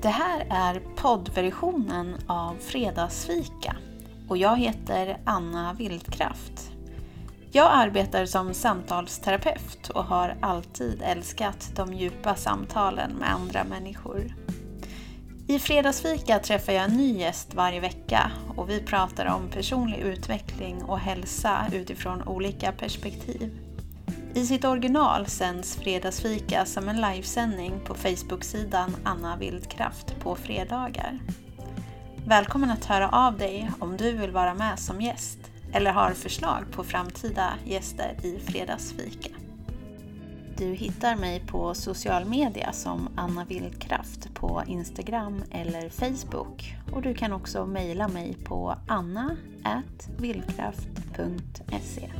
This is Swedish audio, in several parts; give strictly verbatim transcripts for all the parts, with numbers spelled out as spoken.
Det här är poddversionen av Fredagsfika och jag heter Anna Wildkraft. Jag arbetar som samtalsterapeut och har alltid älskat de djupa samtalen med andra människor. I Fredagsfika träffar jag en ny gäst varje vecka och vi pratar om personlig utveckling och hälsa utifrån olika perspektiv. I sitt original sänds Fredagsfika som en livesändning på Facebook-sidan Anna Wildkraft på fredagar. Välkommen att höra av dig om du vill vara med som gäst eller har förslag på framtida gäster i Fredagsfika. Du hittar mig på social media som Anna Wildkraft på Instagram eller Facebook och du kan också mejla mig på anna at wildkraft punkt se.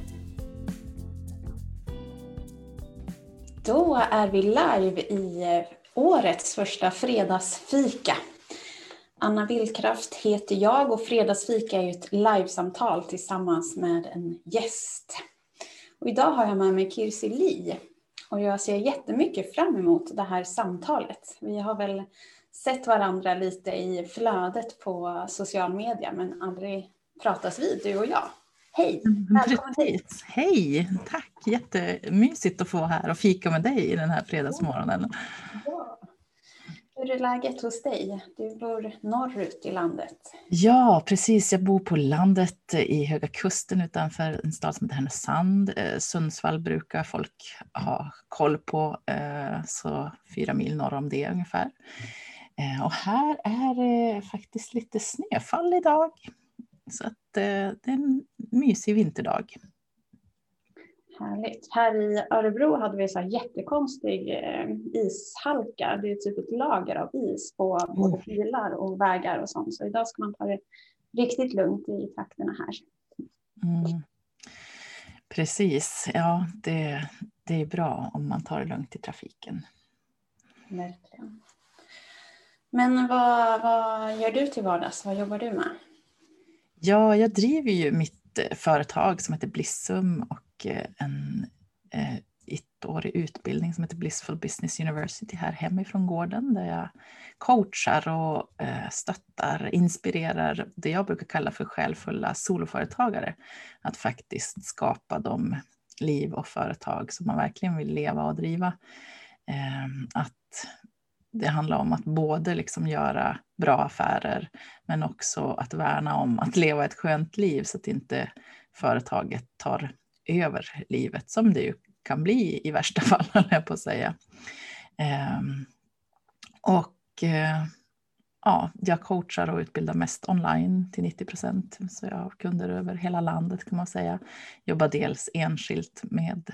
Då är vi live i årets första fredagsfika. Anna Wildkraft heter jag och fredagsfika är ett livesamtal tillsammans med en gäst. Och idag har jag med mig Kirsi Li och jag ser jättemycket fram emot det här samtalet. Vi har väl sett varandra lite i flödet på social media men aldrig pratas vid, du och jag. Hej, välkommen hit. Hej, tack. Jättemysigt att få här och fika med dig i den här fredagsmorgonen. Ja. Hur är läget hos dig? Du bor norrut i landet. Ja, precis. Jag bor på landet i Höga Kusten utanför en stad som heter Härnösand. Sundsvall brukar folk ha koll på, så fyra mil norr om det ungefär. Och här är det faktiskt lite snöfall idag. Så att det är en mysig vinterdag. Härligt. Här i Örebro hade vi så här jättekonstig eh, ishalka. Det är typ ett lager av is på både Mm. filar och vägar och sånt. Så idag ska man ta det riktigt lugnt i trakterna här. Mm. Precis. Ja, det, det är bra om man tar det lugnt i trafiken. Verkligen. Men vad, vad gör du till vardags? Vad jobbar du med? Ja, jag driver ju mitt företag som heter Blissum och en eh, ettårig utbildning som heter Blissful Business University här hemifrån gården där jag coachar och eh, stöttar, inspirerar det jag brukar kalla för själfulla soloföretagare att faktiskt skapa de liv och företag som man verkligen vill leva och driva. Eh, att det handlar om att både liksom göra bra affärer men också att värna om att leva ett skönt liv så att inte företaget tar över livet som det ju kan bli i värsta fall, höll jag på att säga. Um, och uh, ja, jag coachar och utbildar mest online till nittio procent så jag har kunder över hela landet kan man säga. Jobbar dels enskilt med,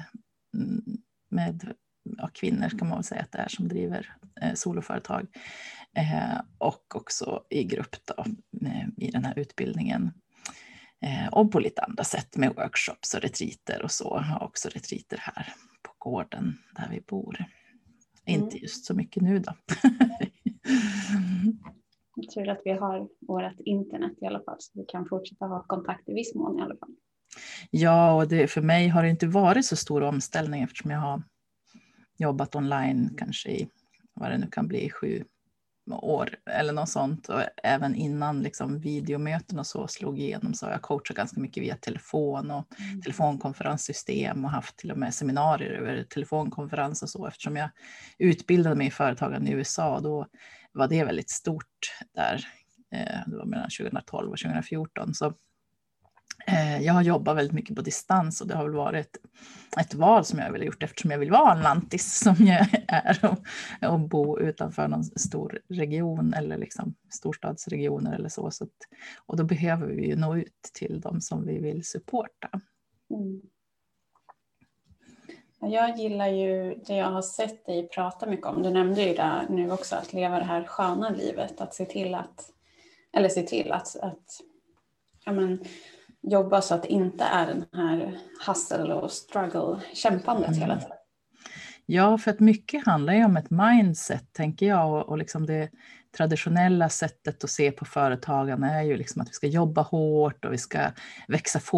med ja, kvinnor kan man väl säga att det är som driver eh, soloföretag eh, och också i grupp då, eh, i den här utbildningen eh, och på lite andra sätt med workshops och retriter och så. Jag har också retriter här på gården där vi bor. Mm. Inte just så mycket nu då. Jag tror att vi har vårt internet i alla fall så vi kan fortsätta ha kontakt i viss mån i alla fall. Ja, och det, för mig har det inte varit så stor omställning eftersom jag har jobbat online kanske i vad det nu kan bli sju år eller något sånt och även innan liksom videomöten och så slog igenom så har jag coachat ganska mycket via telefon och mm. telefonkonferenssystem och haft till och med seminarier över telefonkonferens och så eftersom jag utbildade mig i företagande i U S A då var det väldigt stort där det var mellan tjugohundratolv och tjugohundrafjorton så jag har jobbat väldigt mycket på distans och det har väl varit ett, ett val som jag vill ha gjort eftersom jag vill vara en lantis som jag är och, och bo utanför någon stor region eller liksom storstadsregioner eller så. så att, och då behöver vi ju nå ut till dem som vi vill supporta. Mm. Jag gillar ju det jag har sett dig prata mycket om. Du nämnde ju det nu också att leva det här sköna livet. Att se till att, eller se till att, att ja men, jobba så att det inte är den här hustle och struggle kämpandet mm. hela tiden. Ja, för att mycket handlar ju om ett mindset tänker jag och, och liksom det traditionella sättet att se på företagen är ju liksom att vi ska jobba hårt och vi ska växa fort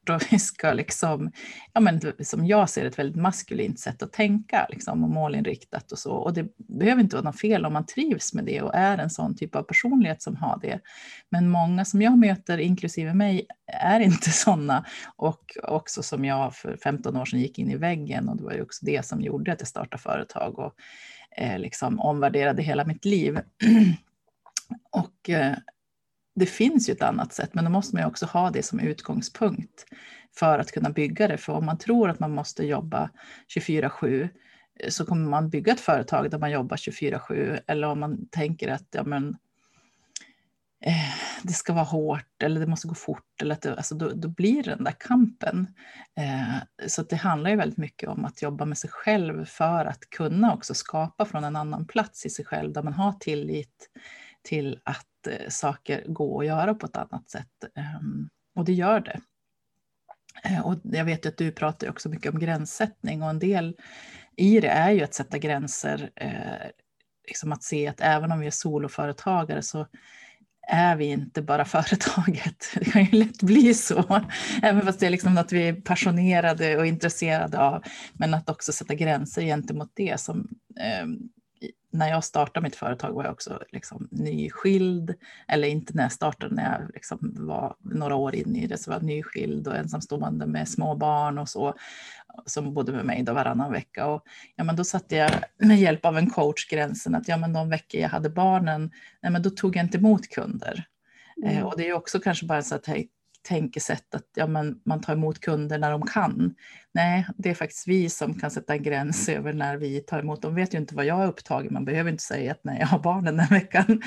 och vi ska liksom, ja men som jag ser ett väldigt maskulint sätt att tänka liksom, och målinriktat och så. Och det behöver inte vara något fel om man trivs med det och är en sån typ av personlighet som har det. Men många som jag möter, inklusive mig, är inte sådana. Och också som jag för femton år sedan gick in i väggen, och det var ju också det som gjorde att jag startade företag och eh, liksom omvärderade hela mitt liv. Och eh, det finns ju ett annat sätt, men då måste man ju också ha det som utgångspunkt för att kunna bygga det. För om man tror att man måste jobba tjugofyra sju så kommer man bygga ett företag där man jobbar tjugofyra sju. Eller om man tänker att ja, men, eh, det ska vara hårt eller det måste gå fort. Eller att det, alltså, då, då blir det den där kampen. Eh, så att det handlar ju väldigt mycket om att jobba med sig själv för att kunna också skapa från en annan plats i sig själv. Där man har tillit till att saker går att göra på ett annat sätt. Och det gör det. Och jag vet ju att du pratar också mycket om gränssättning, och en del i det är ju att sätta gränser. Liksom att se att även om vi är soloföretagare så är vi inte bara företaget. Det kan ju lätt bli så. Även fast det är liksom något vi är passionerade och intresserade av. Men att också sätta gränser gentemot det som... När jag startade mitt företag var jag också liksom nyskild, eller inte när jag startade, när jag liksom var några år in i det, så var jag nyskild och ensamstående med små barn och så, som bodde med mig då varannan vecka. Och ja, men då satte jag med hjälp av en coach gränsen att ja, men de veckor jag hade barnen, nej, men då tog jag inte emot kunder. Mm. Eh, och det är också kanske bara så att jag tänkesätt att ja, men man tar emot kunder när de kan. Nej, det är faktiskt vi som kan sätta en gräns över när vi tar emot. De vet ju inte vad jag är upptagen. Man behöver inte säga att nej, jag har barnen den veckan.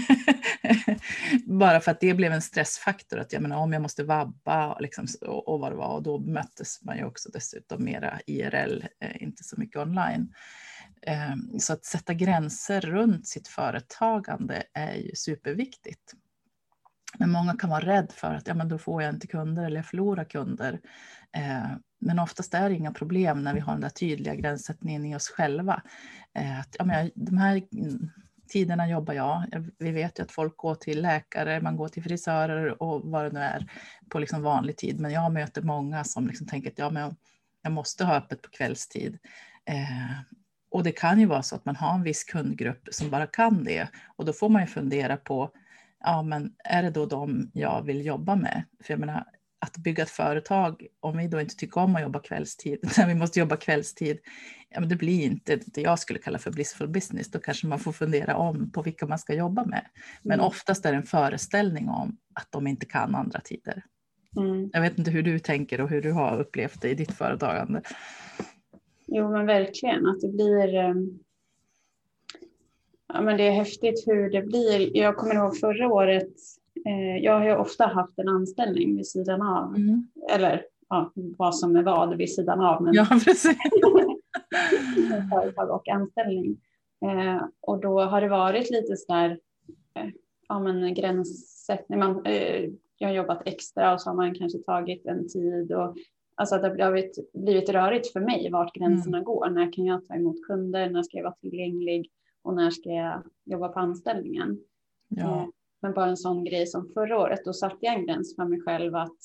Bara för att det blev en stressfaktor. Att jag menar, om jag måste vabba liksom, och, och vad det var. Och då möttes man ju också dessutom mera I R L, eh, inte så mycket online. Eh, så att sätta gränser runt sitt företagande är ju superviktigt. Men många kan vara rädd för att ja, men då får jag inte kunder eller jag förlorar kunder. Eh, men oftast är det inga problem när vi har den där tydliga gränssättningen i oss själva. Eh, att, ja, men de här tiderna jobbar jag. Vi vet ju att folk går till läkare, man går till frisörer och vad det nu är på liksom vanlig tid. Men jag möter många som liksom tänker att ja, men jag måste ha öppet på kvällstid. Eh, och det kan ju vara så att man har en viss kundgrupp som bara kan det. Och då får man ju fundera på ja, men är det då de jag vill jobba med? För jag menar, att bygga ett företag, om vi då inte tycker om att jobba kvällstid, när vi måste jobba kvällstid, ja, men det blir inte det jag skulle kalla för blissful business. Då kanske man får fundera om på vilka man ska jobba med. Men mm. oftast är det en föreställning om att de inte kan andra tider. Mm. Jag vet inte hur du tänker och hur du har upplevt det i ditt företagande. Jo, men verkligen att det blir... Um... Ja, men det är häftigt hur det blir. Jag kommer ihåg förra året. Eh, jag har ju ofta haft en anställning vid sidan av. Mm. Eller ja, vad som är vad vid sidan av. Men ja, precis. företag och anställning. Eh, och då har det varit lite sådär. Eh, ja, men gränssättning. Man, eh, jag har jobbat extra och så har man kanske tagit en tid. Och, alltså att det har blivit, blivit rörigt för mig vart gränserna mm. går. När kan jag ta emot kunder? När ska jag vara tillgänglig? Och när ska jag jobba på anställningen? Ja. Eh, men bara en sån grej som förra året. Då satte jag en gräns för mig själv att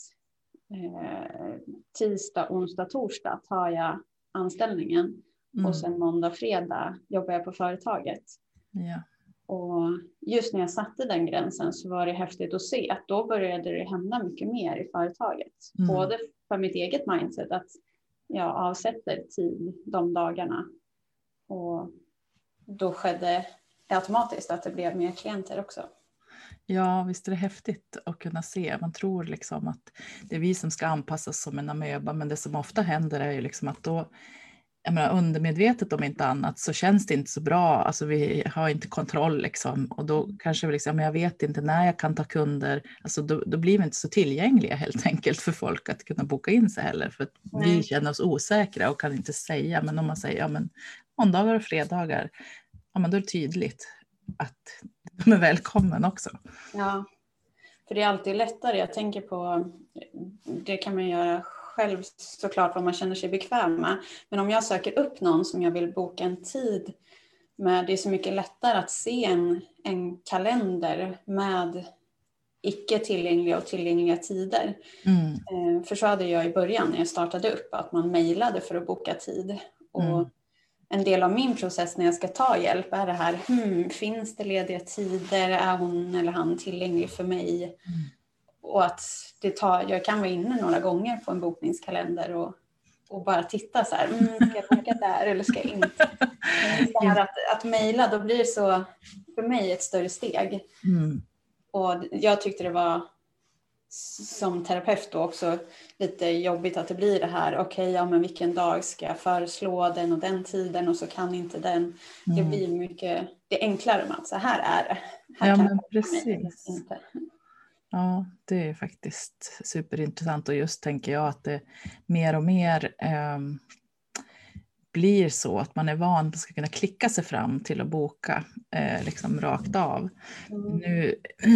eh, tisdag, onsdag, torsdag tar jag anställningen. Mm. Och sen måndag, fredag jobbar jag på företaget. Ja. Och just när jag satte den gränsen så var det häftigt att se att då började det hända mycket mer i företaget. Mm. Både för mitt eget mindset att jag avsätter tid de dagarna. Och då skedde det automatiskt att det blev mer klienter också. Ja, visst är det häftigt att kunna se. Man tror liksom att det är vi som ska anpassas som en amöba. Men det som ofta händer är ju liksom att då, jag menar, undermedvetet om inte annat så känns det inte så bra. Alltså vi har inte kontroll liksom. Och då kanske vi liksom, men jag vet inte när jag kan ta kunder. Alltså då, då blir vi inte så tillgängliga helt enkelt för folk att kunna boka in sig heller. För att vi känner oss osäkra och kan inte säga. Men om man säger, ja men måndagar och fredagar, ja men då är det tydligt att de är välkommen också. Ja, för det är alltid lättare. Jag tänker på, det kan man göra själv såklart vad man känner sig bekväm med. Men om jag söker upp någon som jag vill boka en tid med, det är så mycket lättare att se en, en kalender med icke tillgängliga och tillgängliga tider. Mm. För så hade jag i början när jag startade upp att man mejlade för att boka tid. Och Mm. en del av min process när jag ska ta hjälp är det här, hmm, finns det lediga tider? Är hon eller han tillgänglig för mig? Mm. Och att det tar, jag kan vara inne några gånger på en bokningskalender och, och bara titta så här, mm, ska jag boka där eller ska jag inte? Men det här att, att mejla, då blir det så för mig ett större steg. Mm. Och jag tyckte det var som terapeut då också lite jobbigt att det blir det här, okej, okay, ja men vilken dag ska jag föreslå den och den tiden och så kan inte den. Mm. Det blir mycket, det är enklare med att så här är det. Här ja kan men jag precis. Inte. Ja, det är faktiskt superintressant och just tänker jag att det mer och mer eh, blir så att man är van att man ska kunna klicka sig fram till att boka eh, liksom rakt av. Mm. Nu,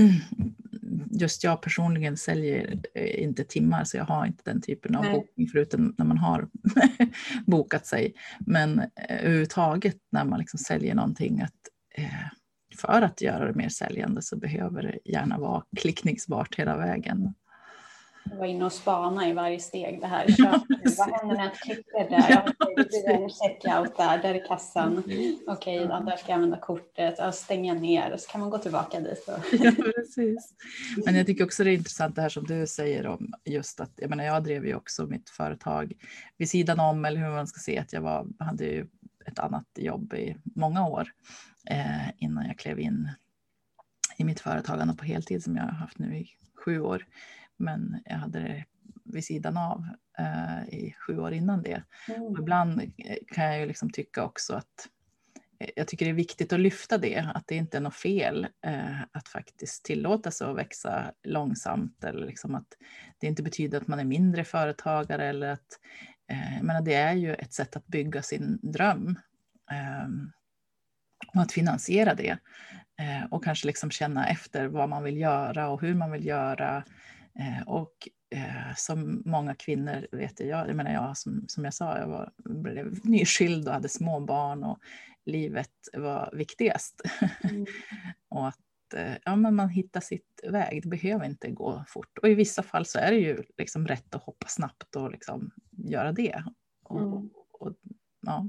just jag personligen säljer inte timmar så jag har inte den typen av Nej. bokning förutom när man har bokat sig. Men eh, överhuvudtaget när man liksom säljer någonting att eh, för att göra det mer säljande så behöver det gärna vara klickningsbart hela vägen. Jag var inne och spana i varje steg det här. Ja, vad händer när jag klickar där? Ja, det blir en checkout där, där är kassan. Okej, okay, ja, där ska jag använda kortet. Ja, stänga ner så kan man gå tillbaka dit. Och... Ja, precis. Men jag tycker också det är intressant det här som du säger om just att, jag menar jag drev ju också mitt företag vid sidan om, eller hur man ska se att jag var, hade ju ett annat jobb i många år eh, innan jag klev in i mitt företagande på heltid som jag har haft nu i sju år. Men jag hade det vid sidan av eh, i sju år innan det. Mm. Och ibland kan jag ju liksom tycka också att eh, jag tycker det är viktigt att lyfta det. Att det inte är något fel eh, att faktiskt tillåta sig att växa långsamt. Eller liksom att det inte betyder att man är mindre företagare. Eller att, eh, jag menar, det är ju ett sätt att bygga sin dröm. Eh, och att finansiera det. Eh, och kanske liksom känna efter vad man vill göra och hur man vill göra. Eh, och eh, som många kvinnor vet jag, jag menar jag som, som jag sa, jag var, blev nyskild och hade små barn och livet var viktigast. Mm. Och att eh, ja, men man hittar sitt väg, det behöver inte gå fort. Och i vissa fall så är det ju liksom rätt att hoppa snabbt och liksom göra det. Och, mm. och, och, ja.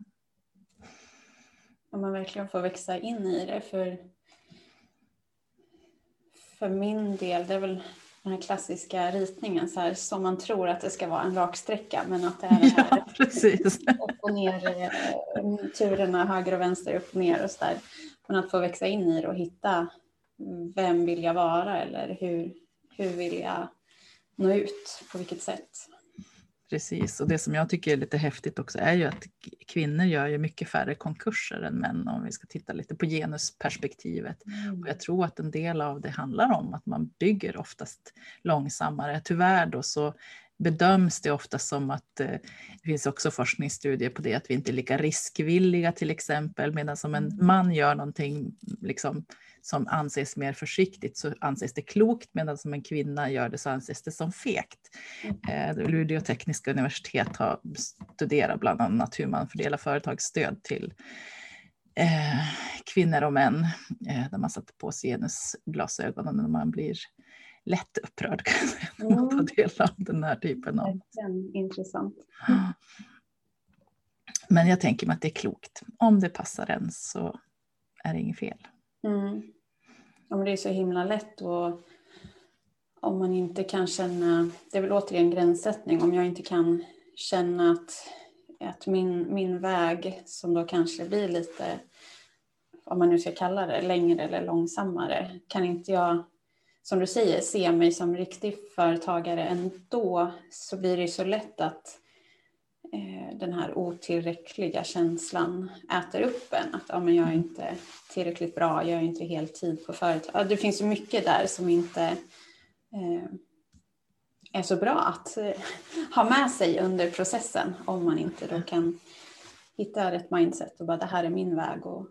Om man verkligen får växa in i det, för, för min del, det är väl den här klassiska ritningen så här, som man tror att det ska vara en rak sträcka, men att det är det här ja, precis. upp och ner, turerna höger och vänster, upp och ner och så där. Men att få växa in i det och hitta vem vill jag vara eller hur, hur vill jag nå ut, på vilket sätt. Precis, och det som jag tycker är lite häftigt också är ju att kvinnor gör ju mycket färre konkurser än män om vi ska titta lite på genusperspektivet. Mm. Och jag tror att en del av det handlar om att man bygger oftast långsammare. Tyvärr då så bedöms det ofta som att eh, det finns också forskningsstudier på det, att vi inte är lika riskvilliga till exempel, medan som en man gör någonting liksom som anses mer försiktigt så anses det klokt, medan som en kvinna gör det så anses det som fegt. Eh, Luleå tekniska universitet har studerat bland annat hur man fördelar företagsstöd till eh, kvinnor och män, eh, där man satt på sig genusglasögonen när man blir lätt upprörd kan man ta del av den här typen av. Intressant. Men jag tänker mig att det är klokt. Om det passar en så är det inget fel. Mm. Ja, men det är så himla lätt, och om man inte kan känna, det är väl återigen gränssättning, om jag inte kan känna att, att min, min väg som då kanske blir lite, om man nu ska kalla det, längre eller långsammare, kan inte jag, som du säger, se mig som riktig företagare ändå, så blir det så lätt att eh, den här otillräckliga känslan äter upp en. Att ja, men jag är inte tillräckligt bra, jag är inte heltid på företag. Det finns så mycket där som inte eh, är så bra att eh, ha med sig under processen, om man inte då kan hitta rätt mindset och bara det här är min väg. Och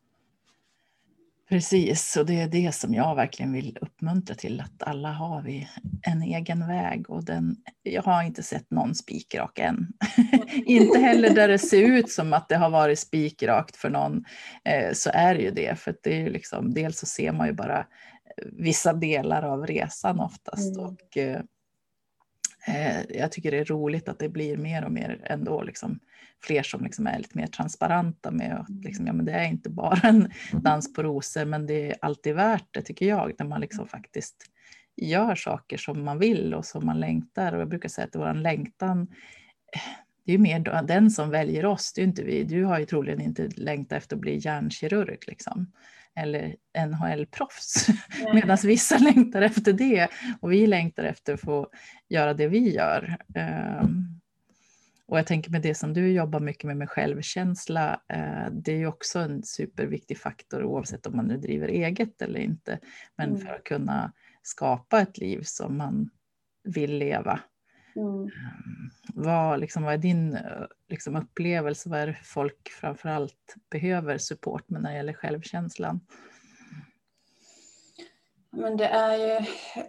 precis, och det är det som jag verkligen vill uppmuntra till, att alla har vi en egen väg, och den, jag har inte sett någon spikrak än. Inte heller där det ser ut som att det har varit spikrakt för någon, eh, så är det ju det, för att det är ju liksom, dels så ser man ju bara vissa delar av resan oftast. Mm. Och eh, jag tycker det är roligt att det blir mer och mer ändå liksom fler som liksom är lite mer transparenta med att liksom, ja, men det är inte bara en dans på rosor, men det är alltid värt det, tycker jag, när man liksom faktiskt gör saker som man vill och som man längtar. Och jag brukar säga att vår längtan, det är ju mer den som väljer oss, det är inte vi. Du har ju troligen inte längtat efter att bli hjärnkirurg liksom, eller N H L-proffs, medan vissa längtar efter det och vi längtar efter att få göra det vi gör. Um, och jag tänker med det som du jobbar mycket med, med självkänsla, uh, det är ju också en superviktig faktor oavsett om man nu driver eget eller inte, men mm. för att kunna skapa ett liv som man vill leva. Mm. Um, vad, liksom, vad är din liksom, upplevelse? Vad är det folk framförallt behöver support med när det gäller självkänslan? Men det är ju...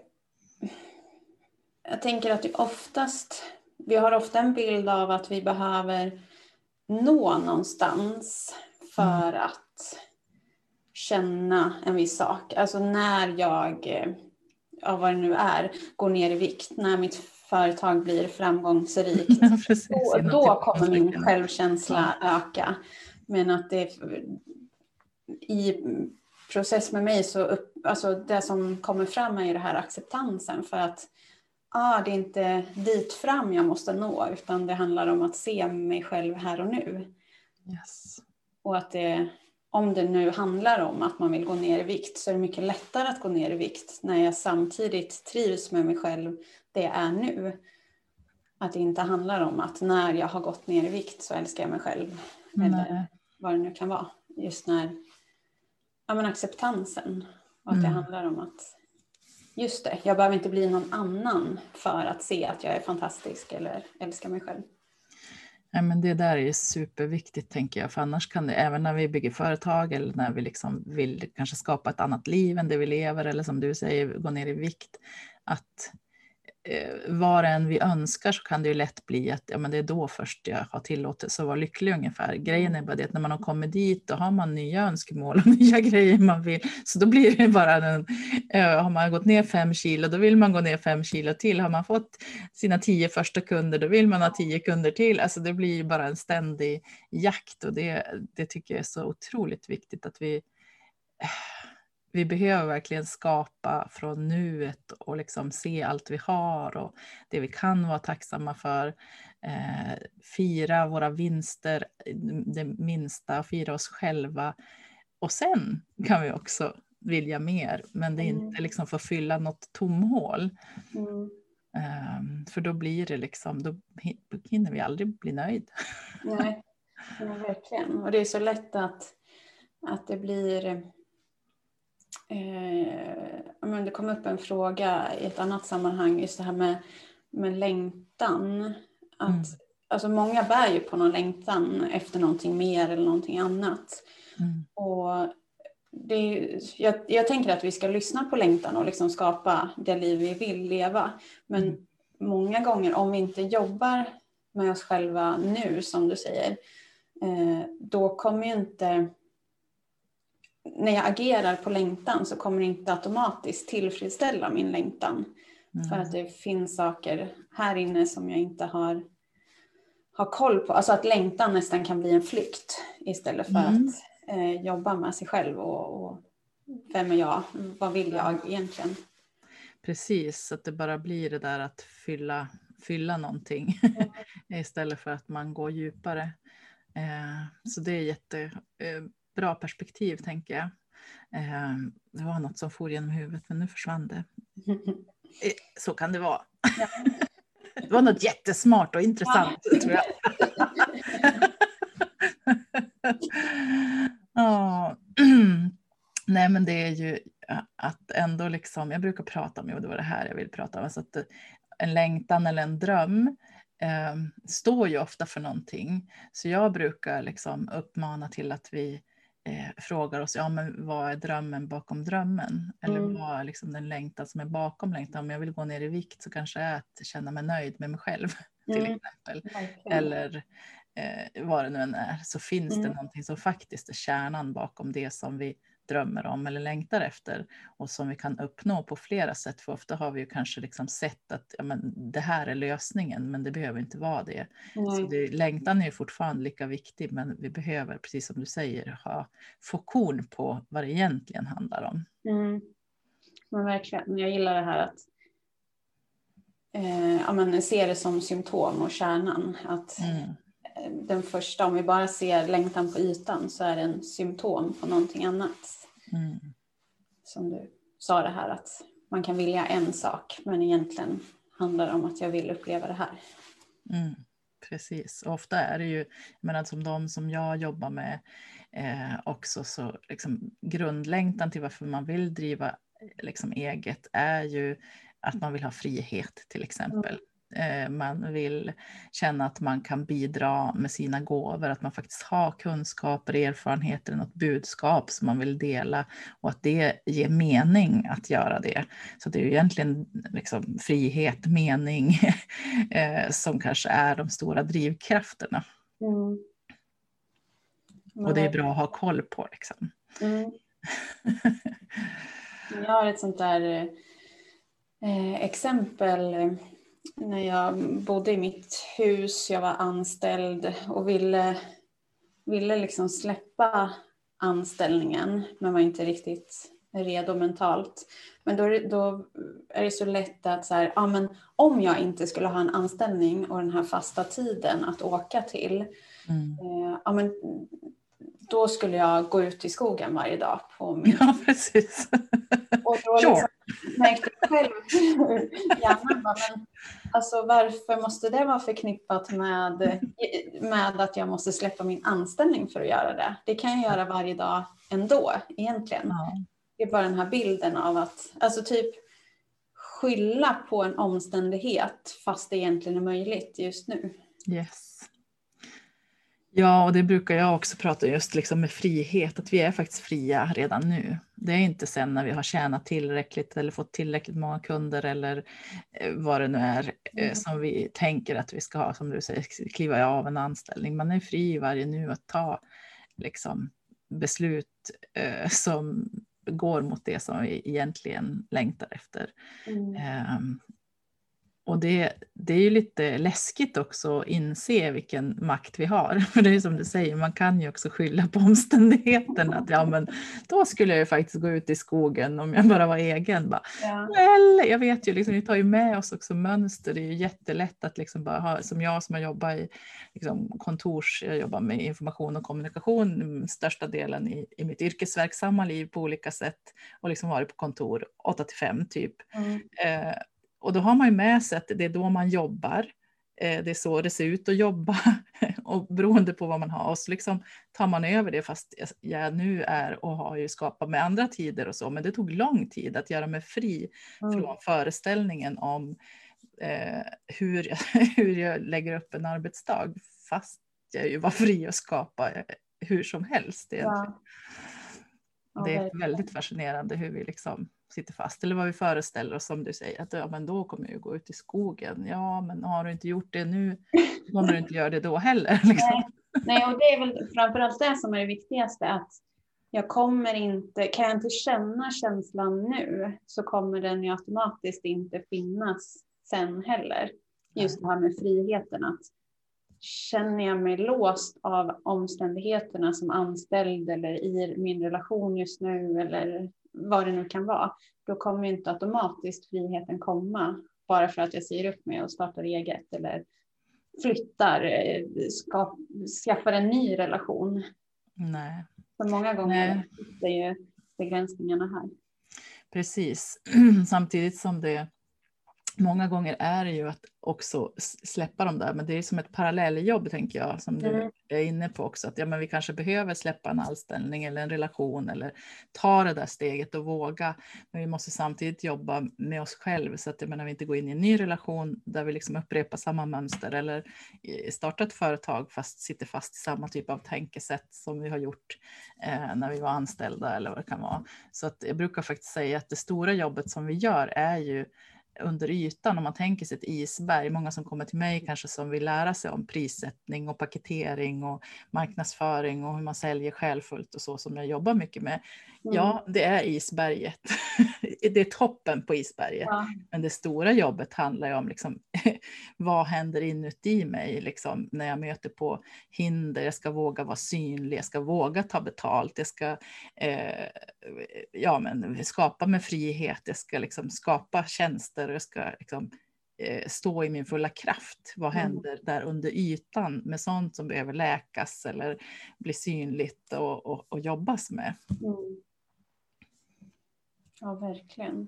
Jag tänker att det oftast... Vi har ofta en bild av att vi behöver nå någonstans för mm. att känna en viss sak. Alltså när jag, ja, vad det nu är, går ner i vikt, när mitt företag blir framgångsrikt, ja, precis, då, då kommer min självkänsla öka. Men att det i process med mig så upp, alltså det som kommer fram är det här acceptansen för att ah, det är inte dit fram jag måste nå, utan det handlar om att se mig själv här och nu. Yes. Och att det, om det nu handlar om att man vill gå ner i vikt, så är det mycket lättare att gå ner i vikt när jag samtidigt trivs med mig själv det är nu. Att det inte handlar om att när jag har gått ner i vikt så älskar jag mig själv. Nej. Eller vad det nu kan vara. Just när, ja men acceptansen. Och att mm. det handlar om att just det, jag behöver inte bli någon annan för att se att jag är fantastisk eller älskar mig själv. Ja, men det där är superviktigt, tänker jag, för annars kan det, även när vi bygger företag eller när vi liksom vill kanske skapa ett annat liv än det vi lever, eller som du säger, gå ner i vikt, att eh, var än vi önskar så kan det ju lätt bli att ja, men det är då först jag har tillåtelse att vara lycklig ungefär. Grejen är bara det att när man har kommit dit, då har man nya önskemål och nya grejer man vill, så då blir det bara en, eh, har man gått ner fem kilo, då vill man gå ner fem kilo till. Har man fått sina tio första kunder, då vill man ha tio kunder till. Alltså det blir bara en ständig jakt, och det, det tycker jag är så otroligt viktigt att vi Vi behöver verkligen skapa från nuet och liksom se allt vi har och det vi kan vara tacksamma för. Eh, fira våra vinster, det minsta, fira oss själva. Och sen kan vi också vilja mer, men det är mm. inte liksom för att fylla något tomhål. Mm. Eh, för då blir det liksom, då hinner vi aldrig bli nöjd. Nej, ja, verkligen. Och det är så lätt att, att det blir... Eh, men det kom upp en fråga i ett annat sammanhang, just det här med, med längtan. Att, mm. alltså många bär ju på någon längtan efter någonting mer eller någonting annat. Mm. Och det är, jag, jag tänker att vi ska lyssna på längtan och liksom skapa det liv vi vill leva. Men mm. många gånger om vi inte jobbar med oss själva nu, som du säger, eh, då kommer ju inte... När jag agerar på längtan så kommer det inte automatiskt tillfredsställa min längtan. Mm. För att det finns saker här inne som jag inte har, har koll på. Alltså att längtan nästan kan bli en flykt istället för mm. att eh, jobba med sig själv. Och, och vem är jag? Vad vill jag egentligen? Precis, att det bara blir det där att fylla, fylla någonting. Mm. Istället för att man går djupare. Eh, så det är jätte... Eh, bra perspektiv, tänker jag. Eh, det var något som for genom huvudet, men nu försvann det. Eh, så kan det vara. Ja. Det var något jättesmart och intressant, ja. Tror jag. oh. Nej, men det är ju att ändå liksom, jag brukar prata om, och det var det här jag vill prata om, alltså att en längtan eller en dröm eh, står ju ofta för någonting. Så jag brukar liksom uppmana till att vi Eh, frågar oss, ja men vad är drömmen bakom drömmen? Eller mm. vad är liksom den längtan som är bakom längtan? Om jag vill gå ner i vikt så kanske det är att känna mig nöjd med mig själv, till mm. exempel. Okay. Eller eh, vad det nu än är, så finns mm. det någonting som faktiskt är kärnan bakom det som vi drömmer om eller längtar efter och som vi kan uppnå på flera sätt. För ofta har vi ju kanske liksom sett att ja, men det här är lösningen, men det behöver inte vara det. Nej. Så det, längtan är ju fortfarande lika viktig, men vi behöver, precis som du säger, ha fokus på vad det egentligen handlar om. Mm. Men verkligen, jag gillar det här att eh, ja, men se det som symptom och kärnan. Att Mm. den första, om vi bara ser längtan på ytan, så är det en symptom på någonting annat. Mm. Som du sa det här, att man kan vilja en sak, men egentligen handlar det om att jag vill uppleva det här. Mm. Precis, ofta är det ju, men som de som jag jobbar med eh, också, så liksom grundlängtan till varför man vill driva liksom eget är ju att man vill ha frihet till exempel. Mm. Eh, man vill känna att man kan bidra med sina gåvor, att man faktiskt har kunskaper, erfarenheter, något budskap som man vill dela och att det ger mening att göra det. Så det är ju egentligen liksom frihet, mening eh, som kanske är de stora drivkrafterna. Mm. Och det är bra att ha koll på liksom. Mm. Jag har ett sånt där eh, exempel när jag bodde i mitt hus, jag var anställd och ville, ville liksom släppa anställningen, men var inte riktigt redo mentalt. Men då, då är det så lätt att så här, ja, men om jag inte skulle ha en anställning och den här fasta tiden att åka till, mm. eh, ja, men då skulle jag gå ut i skogen varje dag på min... Ja, precis. Och då liksom märkte jag själv gärna, men alltså varför måste det vara förknippat med, med att jag måste släppa min anställning för att göra det? Det kan jag göra varje dag ändå egentligen. Ja. Det är bara den här bilden av att, alltså typ skylla på en omständighet fast det egentligen är möjligt just nu. Yes. Ja, och det brukar jag också prata just liksom med frihet, att vi är faktiskt fria redan nu. Det är inte sen när vi har tjänat tillräckligt eller fått tillräckligt många kunder eller vad det nu är mm. som vi tänker att vi ska ha, som du säger, kliva av en anställning. Man är fri varje nu att ta liksom, beslut eh, som går mot det som vi egentligen längtar efter. Mm. Eh, Och det, det är ju lite läskigt också att inse vilken makt vi har. För det är som du säger, man kan ju också skylla på omständigheten. Att ja, men då skulle jag ju faktiskt gå ut i skogen om jag bara var egen. Bara, ja. Eller, jag vet ju, liksom, vi tar ju med oss också mönster. Det är ju jättelätt att liksom bara ha, som jag som har jobbat i liksom, kontors, jag jobbar med information och kommunikation största delen i, i mitt yrkesverksamma liv på olika sätt. Och liksom varit på kontor åtta till fem typ. Mm. Eh, Och då har man ju med sig att det är då man jobbar. Det är så det ser ut att jobba. Och beroende på vad man har. Och så liksom tar man över det fast jag nu är och har ju skapat med andra tider och så. Men det tog lång tid att göra mig fri mm. från föreställningen om eh, hur, jag, hur jag lägger upp en arbetsdag. Fast jag ju var fri att skapa hur som helst. Ja. Ja, det är väldigt fascinerande hur vi liksom sitter fast. Eller vad vi föreställer oss, som du säger. Att ja, men då kommer jag gå ut i skogen. Ja, men har du inte gjort det nu kommer du inte göra det då heller. Liksom. Nej. Nej, och det är väl framförallt det som är det viktigaste. Att jag kommer inte, kan jag inte känna känslan nu så kommer den ju automatiskt inte finnas sen heller. Just det här med friheten. Att känner jag mig låst av omständigheterna som anställd eller i min relation just nu eller vad det nu kan vara, då kommer ju inte automatiskt friheten komma bara för att jag säger upp mig och startar eget eller flyttar, ska, skaffar en ny relation. Nej. Så många gånger är ju begränsningarna här. Precis. Samtidigt som det många gånger är det ju att också släppa dem där. Men det är som ett parallelljobb, tänker jag, som du mm. är inne på också. Att ja, men vi kanske behöver släppa en anställning eller en relation eller ta det där steget och våga. Men vi måste samtidigt jobba med oss själva så att jag menar, vi inte går in i en ny relation där vi liksom upprepar samma mönster eller startar ett företag fast sitter fast i samma typ av tänkesätt som vi har gjort eh, när vi var anställda eller vad det kan vara. Så att jag brukar faktiskt säga att det stora jobbet som vi gör är ju under ytan, om man tänker sig ett isberg. Många som kommer till mig kanske som vill lära sig om prissättning och paketering och marknadsföring och hur man säljer självfullt och så, som jag jobbar mycket med. Ja, det är isberget. Det är toppen på isberget. Ja. Men det stora jobbet handlar ju om liksom, vad händer inuti mig liksom, när jag möter på hinder. Jag ska våga vara synlig, jag ska våga ta betalt, jag ska eh, ja, men, skapa med frihet, jag ska liksom, skapa tjänster, jag ska liksom, eh, stå i min fulla kraft. Vad Mm. händer där under ytan med sånt som behöver läkas eller bli synligt och, och, och jobbas med. Mm. Ja, verkligen.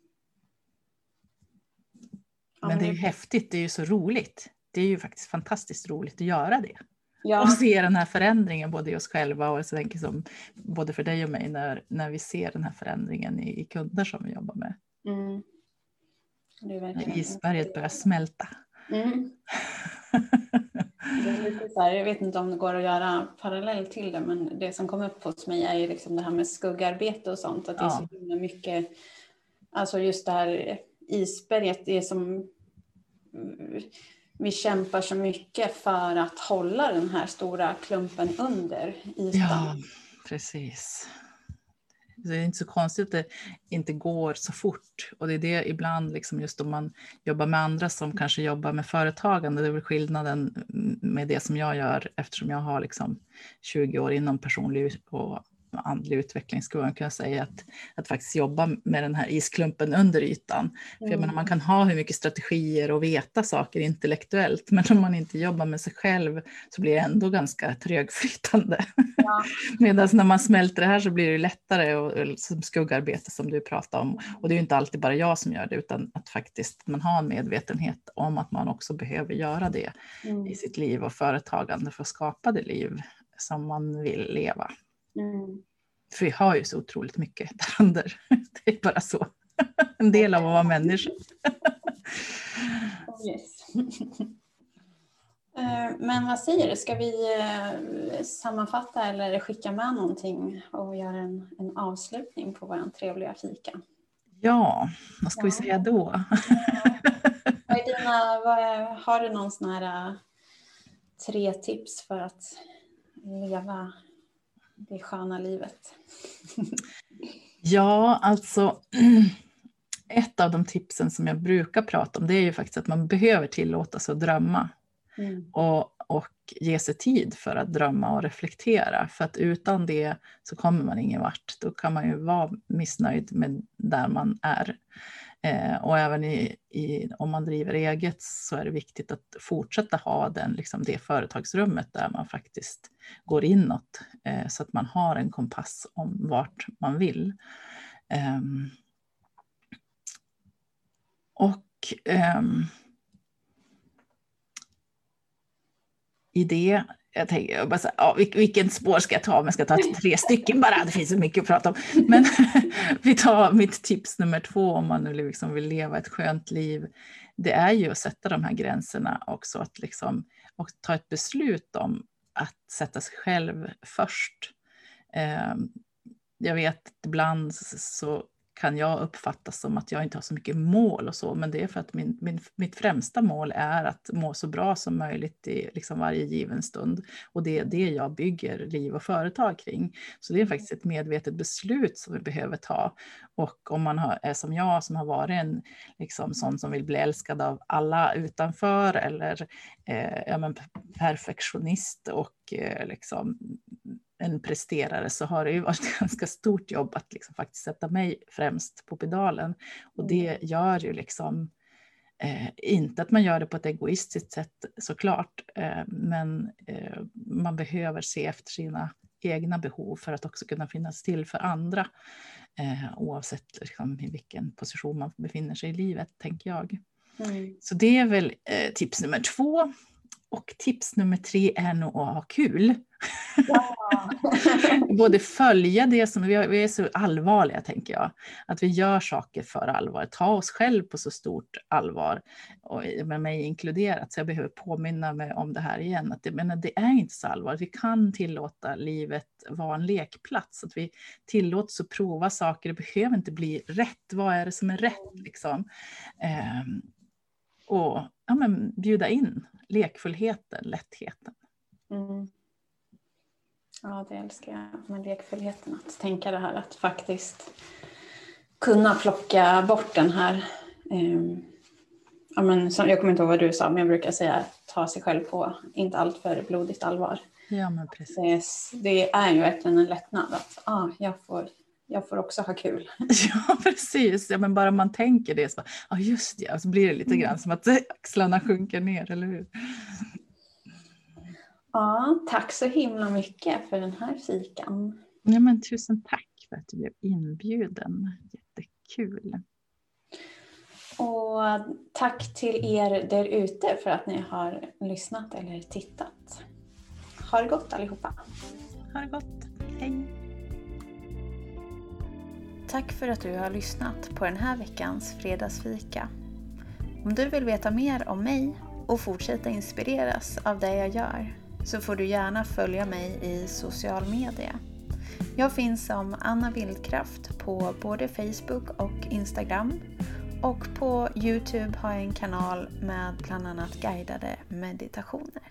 Ja, Men det är ju det- häftigt, det är ju så roligt. Det är ju faktiskt fantastiskt roligt att göra det. Ja, Och se den här förändringen både i oss själva och så tänker som både för dig och mig när, när vi ser den här förändringen i, i kunder som vi jobbar med. mm. Det är När verkligen. isberget börjar smälta. Mm. Det är lite så här, jag vet inte om det går att göra parallell till det, men det som kom upp hos mig är ju liksom det här med skuggarbete och sånt. Att det är så himla mycket, alltså just det här isberget, det är som vi kämpar så mycket för att hålla den här stora klumpen under ytan. Ja, precis. Det är inte så konstigt att det inte går så fort. Och det är det ibland, liksom just om man jobbar med andra som kanske jobbar med företagande. Det är väl skillnaden med det som jag gör eftersom jag har liksom tjugo år inom personlig och andlig utveckling. Skulle man kunna säga att, att faktiskt jobba med den här isklumpen under ytan. För jag menar, man kan ha hur mycket strategier och veta saker intellektuellt. Men om man inte jobbar med sig själv så blir det ändå ganska trögflytande. Ja. Medan när man smälter det här så blir det lättare och som skuggarbete som du pratar om. Och det är ju inte alltid bara jag som gör det utan att faktiskt man har en medvetenhet om att man också behöver göra det Mm. i sitt liv och företagande för att skapa det liv som man vill leva. Mm. För vi har ju så otroligt mycket där under. Det är bara så. En del av att vara människa. Yes. Eh, Men vad säger du, ska vi eh, sammanfatta eller skicka med någonting och göra en, en avslutning på vår trevliga fika? Ja, vad ska vi säga då? Vad är dina, vad är, har du någon sån här eh, tre tips för att leva det sköna livet? Ja, alltså ett av de tipsen som jag brukar prata om det är ju faktiskt att man behöver tillåta sig att drömma. Mm. Och, och ge sig tid för att drömma och reflektera. För att utan det så kommer man ingen vart. Då kan man ju vara missnöjd med där man är. Eh, och även i, i, om man driver eget så är det viktigt att fortsätta ha den, liksom det företagsrummet där man faktiskt går inåt. Eh, så att man har en kompass om vart man vill. Eh, och... Eh, I det, jag tänker jag bara så här, ja, vilken spår ska jag ta? Men jag ska ta tre stycken bara, det finns så mycket att prata om. Men vi tar mitt tips nummer två om man nu liksom vill leva ett skönt liv. Det är ju att sätta de här gränserna också, att liksom, och ta ett beslut om att sätta sig själv först. Jag vet att ibland så kan jag uppfattas som att jag inte har så mycket mål och så, men det är för att min, min, mitt främsta mål är att må så bra som möjligt i liksom varje given stund. Och det är det jag bygger liv och företag kring. Så det är faktiskt ett medvetet beslut som vi behöver ta. Och om man har, är som jag som har varit en liksom, sån som vill bli älskad av alla utanför eller eh, ja, men perfektionist och eh, liksom en presterare, så har det ju varit ett ganska stort jobb att liksom faktiskt sätta mig främst på pedalen. Och det gör ju liksom eh, inte att man gör det på ett egoistiskt sätt såklart, eh, men eh, man behöver se efter sina egna behov för att också kunna finnas till för andra, eh, oavsett liksom, i vilken position man befinner sig i livet, tänker jag. Mm. Så det är väl eh, tips nummer två. Och tips nummer tre är nog att ha kul. Ja. Både följa det som vi, vi är så allvarliga, tänker jag. Att vi gör saker för allvar. Ta oss själv på så stort allvar. Och med mig inkluderat. Så jag behöver påminna mig om det här igen. Att det, men det är inte så allvarligt. Vi kan tillåta livet vara en lekplats. Att vi tillåts att prova saker. Det behöver inte bli rätt. Vad är det som är rätt? Liksom? Um, och ja, men, bjuda in lekfullheten, lättheten. Mm. Ja, det älskar jag med lekfullheten. Att tänka det här att faktiskt kunna plocka bort den här. Eh, ja, men, som, jag kommer inte ihåg vad du sa, men jag brukar säga ta sig själv på inte allt för blodigt allvar. Ja, men precis. Det, det är ju verkligen en lättnad att ah, jag, får, jag får också ha kul. Ja, precis. Ja, men bara man tänker det så, ja ah, just det, och så blir det lite mm. grann som att axlarna sjunker ner, eller hur? Ja, tack så himla mycket för den här fikan. Ja, men tusen tack för att du blev inbjuden. Jättekul. Och tack till er där ute för att ni har lyssnat eller tittat. Ha det gott allihopa. Ha det gott. Hej. Tack för att du har lyssnat på den här veckans fredagsfika. Om du vill veta mer om mig och fortsätta inspireras av det jag gör, så får du gärna följa mig i social media. Jag finns som Anna Wildkraft på både Facebook och Instagram. Och på YouTube har jag en kanal med bland annat guidade meditationer.